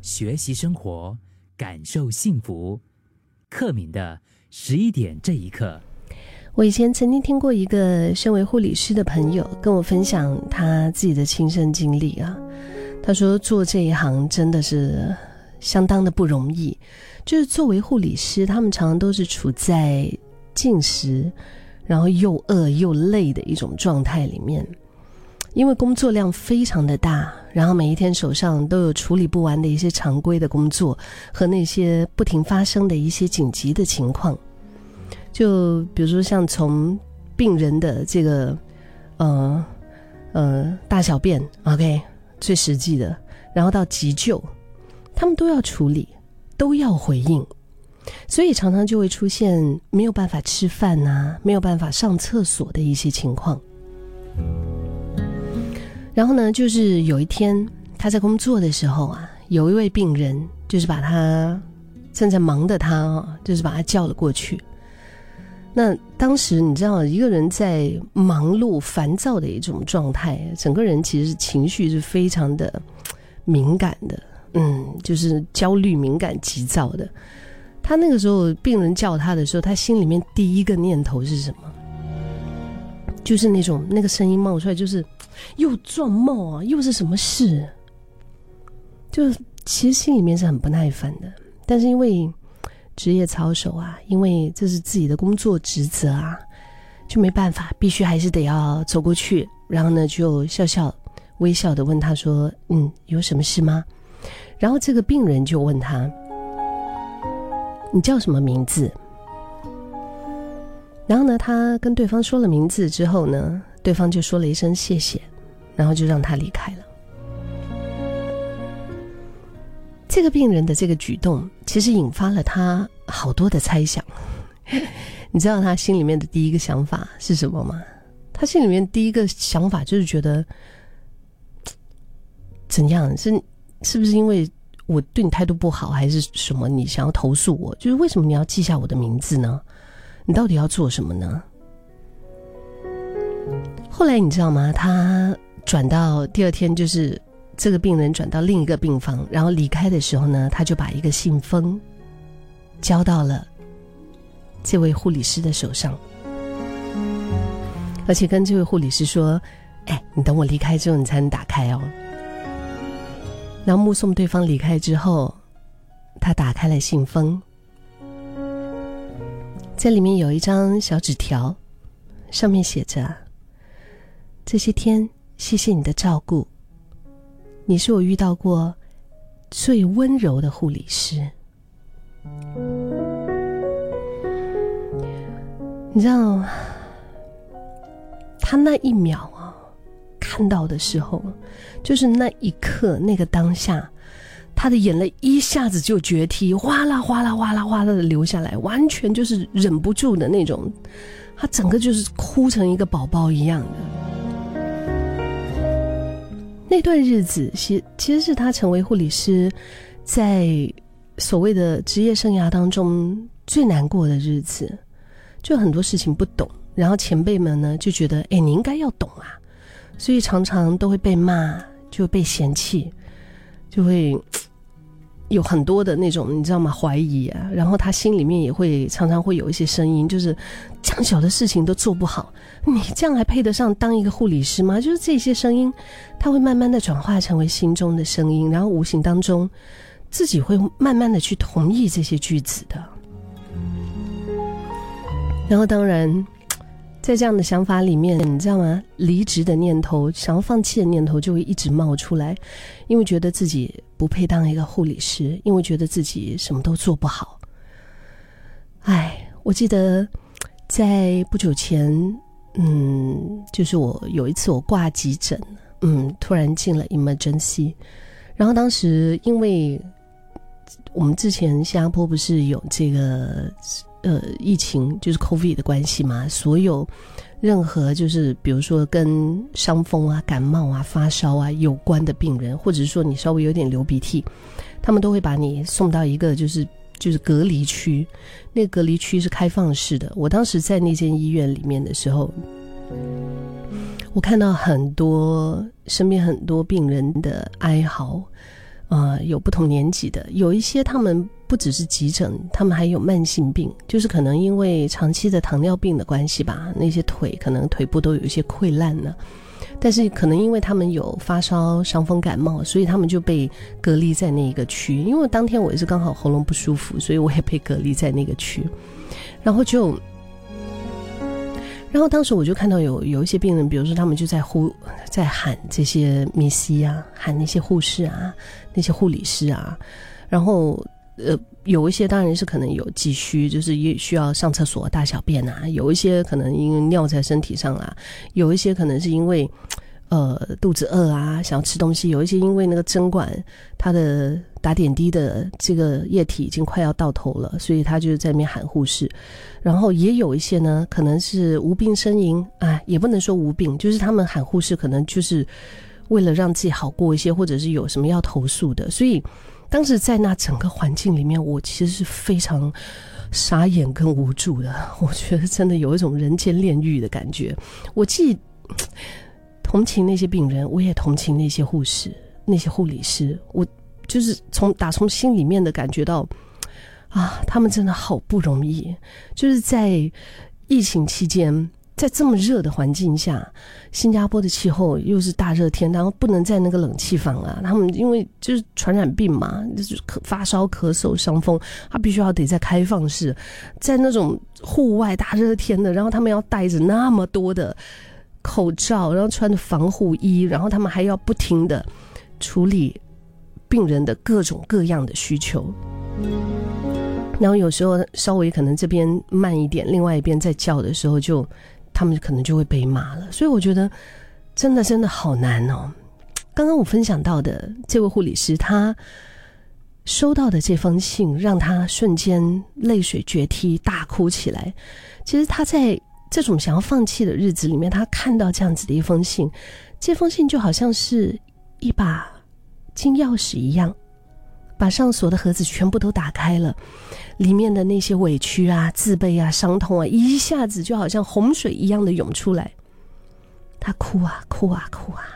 学习生活，感受幸福。克敏的11点这一刻。 我以前曾经听过一个身为护理师的朋友跟我分享他自己的亲身经历啊。他说做这一行真的是相当的不容易，就是作为护理师，他们常常都是处在进食然后又饿又累的一种状态里面，因为工作量非常的大，然后每一天手上都有处理不完的一些常规的工作和那些不停发生的一些紧急的情况。就比如说像从病人的这个大小便 OK 最实际的，然后到急救，他们都要处理，都要回应，所以常常就会出现没有办法吃饭啊，没有办法上厕所的一些情况。然后呢，就是有一天他在工作的时候啊，有一位病人就是把他正在忙的他就是把他叫了过去。那当时你知道一个人在忙碌烦躁的一种状态，整个人其实情绪是非常的敏感的，就是焦虑敏感急躁的。他那个时候病人叫他的时候，他心里面第一个念头是什么？就是那个声音冒出来，就是又撞冒啊，又是什么事？就其实心里面是很不耐烦的，但是因为职业操守啊，因为这是自己的工作职责啊，就没办法，必须还是得要走过去，然后呢就微笑的问他说有什么事吗？然后这个病人就问他，你叫什么名字？然后呢他跟对方说了名字之后呢，对方就说了一声谢谢，然后就让他离开了。这个病人的这个举动其实引发了他好多的猜想。你知道他心里面的第一个想法是什么吗？他心里面第一个想法就是觉得怎样，是不是因为我对你态度不好，还是什么你想要投诉我？就是为什么你要记下我的名字呢？你到底要做什么呢？后来你知道吗，他转到第二天，就是这个病人转到另一个病房，然后离开的时候呢，他就把一个信封交到了这位护理师的手上，而且跟这位护理师说，你等我离开之后你才能打开哦。然后目送对方离开之后，他打开了信封，在里面有一张小纸条，上面写着，这些天谢谢你的照顾，你是我遇到过最温柔的护理师。你知道他那一秒看到的时候，就是那一刻那个当下，他的眼泪一下子就决堤，哗啦哗啦哗啦哗啦的流下来，完全就是忍不住的那种，他整个就是哭成一个宝宝一样的。那段日子其实是他成为护理师在所谓的职业生涯当中最难过的日子，就很多事情不懂，然后前辈们呢就觉得你应该要懂啊，所以常常都会被骂，就被嫌弃，就会有很多的那种你知道吗怀疑啊，然后他心里面也会常常会有一些声音，就是这样小的事情都做不好，你这样还配得上当一个护理师吗？就是这些声音他会慢慢的转化成为心中的声音，然后无形当中自己会慢慢的去同意这些句子的。然后当然在这样的想法里面，你知道吗，离职的念头，想要放弃的念头就会一直冒出来，因为觉得自己不配当一个护理师，因为觉得自己什么都做不好。我记得在不久前就是我有一次我挂急诊，突然进了 emergency， 然后当时因为我们之前新加坡不是有这个疫情，就是 COVID 的关系嘛，所有任何就是比如说跟伤风啊、感冒啊、发烧啊有关的病人，或者是说你稍微有点流鼻涕，他们都会把你送到一个就是隔离区，那个隔离区是开放式的。我当时在那间医院里面的时候，我看到身边很多病人的哀嚎， 有不同年纪的，有一些他们不只是急诊，他们还有慢性病，就是可能因为长期的糖尿病的关系吧，那些可能腿部都有一些溃烂了，但是可能因为他们有发烧、伤风感冒，所以他们就被隔离在那一个区。因为当天我也是刚好喉咙不舒服，所以我也被隔离在那个区。然后当时我就看到有一些病人，比如说他们就在喊这些密西啊，喊那些护士啊，那些护理师啊，然后有一些当然是可能有急需，就是也需要上厕所大小便啊，有一些可能因为尿在身体上啊，有一些可能是因为肚子饿啊，想要吃东西，有一些因为那个针管它的打点滴的这个液体已经快要到头了，所以他就在那边喊护士。然后也有一些呢可能是无病呻吟啊，也不能说无病，就是他们喊护士可能就是为了让自己好过一些，或者是有什么要投诉的。所以当时在那整个环境里面，我其实是非常傻眼跟无助的，我觉得真的有一种人间炼狱的感觉。我既同情那些病人，我也同情那些护士、那些护理师，我就是打从心里面的感觉到啊，他们真的好不容易，就是在疫情期间，在这么热的环境下，新加坡的气候又是大热天，然后不能在那个冷气房啊，他们因为就是传染病嘛，就是发烧、咳嗽、伤风，他必须要得在开放式，在那种户外大热天的，然后他们要带着那么多的口罩，然后穿着防护衣，然后他们还要不停的处理病人的各种各样的需求，然后有时候稍微可能这边慢一点，另外一边在叫的时候他们可能就会被骂了。所以我觉得真的好难哦。刚刚我分享到的这位护理师，他收到的这封信让他瞬间泪水决堤，大哭起来。其实他在这种想要放弃的日子里面，他看到这样子的一封信，这封信就好像是一把金钥匙一样，把上锁的盒子全部都打开了，里面的那些委屈啊、自卑啊、伤痛啊，一下子就好像洪水一样的涌出来。他哭啊哭啊哭啊，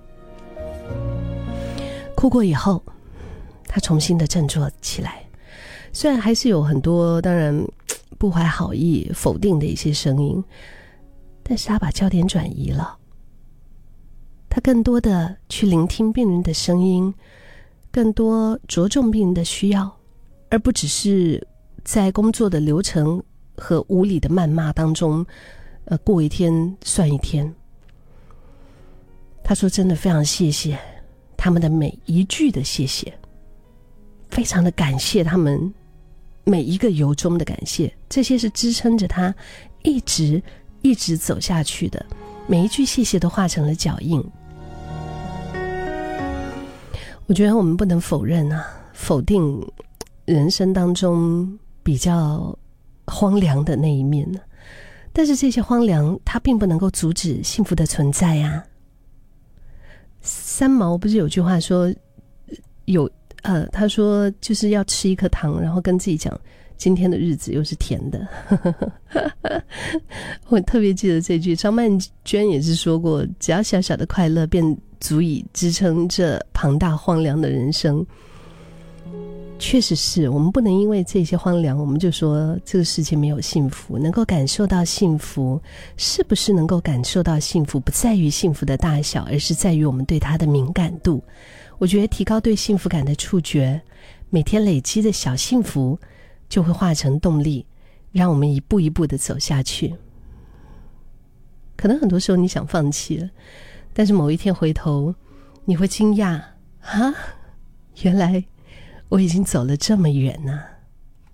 哭过以后，他重新的振作起来。虽然还是有很多当然不怀好意、否定的一些声音，但是他把焦点转移了，他更多的去聆听病人的声音，更多着重病人的需要，而不只是在工作的流程和无理的谩骂当中过一天算一天。他说真的非常谢谢他们的每一句的谢谢，非常的感谢他们每一个由衷的感谢，这些是支撑着他一直走下去的，每一句谢谢都化成了脚印。我觉得我们不能否认否定人生当中比较荒凉的那一面但是这些荒凉它并不能够阻止幸福的存在啊。三毛不是有句话说他说就是要吃一颗糖，然后跟自己讲今天的日子又是甜的我特别记得这句。张曼娟也是说过，只要小小的快乐便足以支撑这庞大荒凉的人生。确实是，我们不能因为这些荒凉我们就说这个世界没有幸福。能够感受到幸福，是不是能够感受到幸福，不在于幸福的大小，而是在于我们对它的敏感度。我觉得提高对幸福感的触觉，每天累积的小幸福就会化成动力，让我们一步一步的走下去。可能很多时候你想放弃了，但是某一天回头你会惊讶原来我已经走了这么远啊。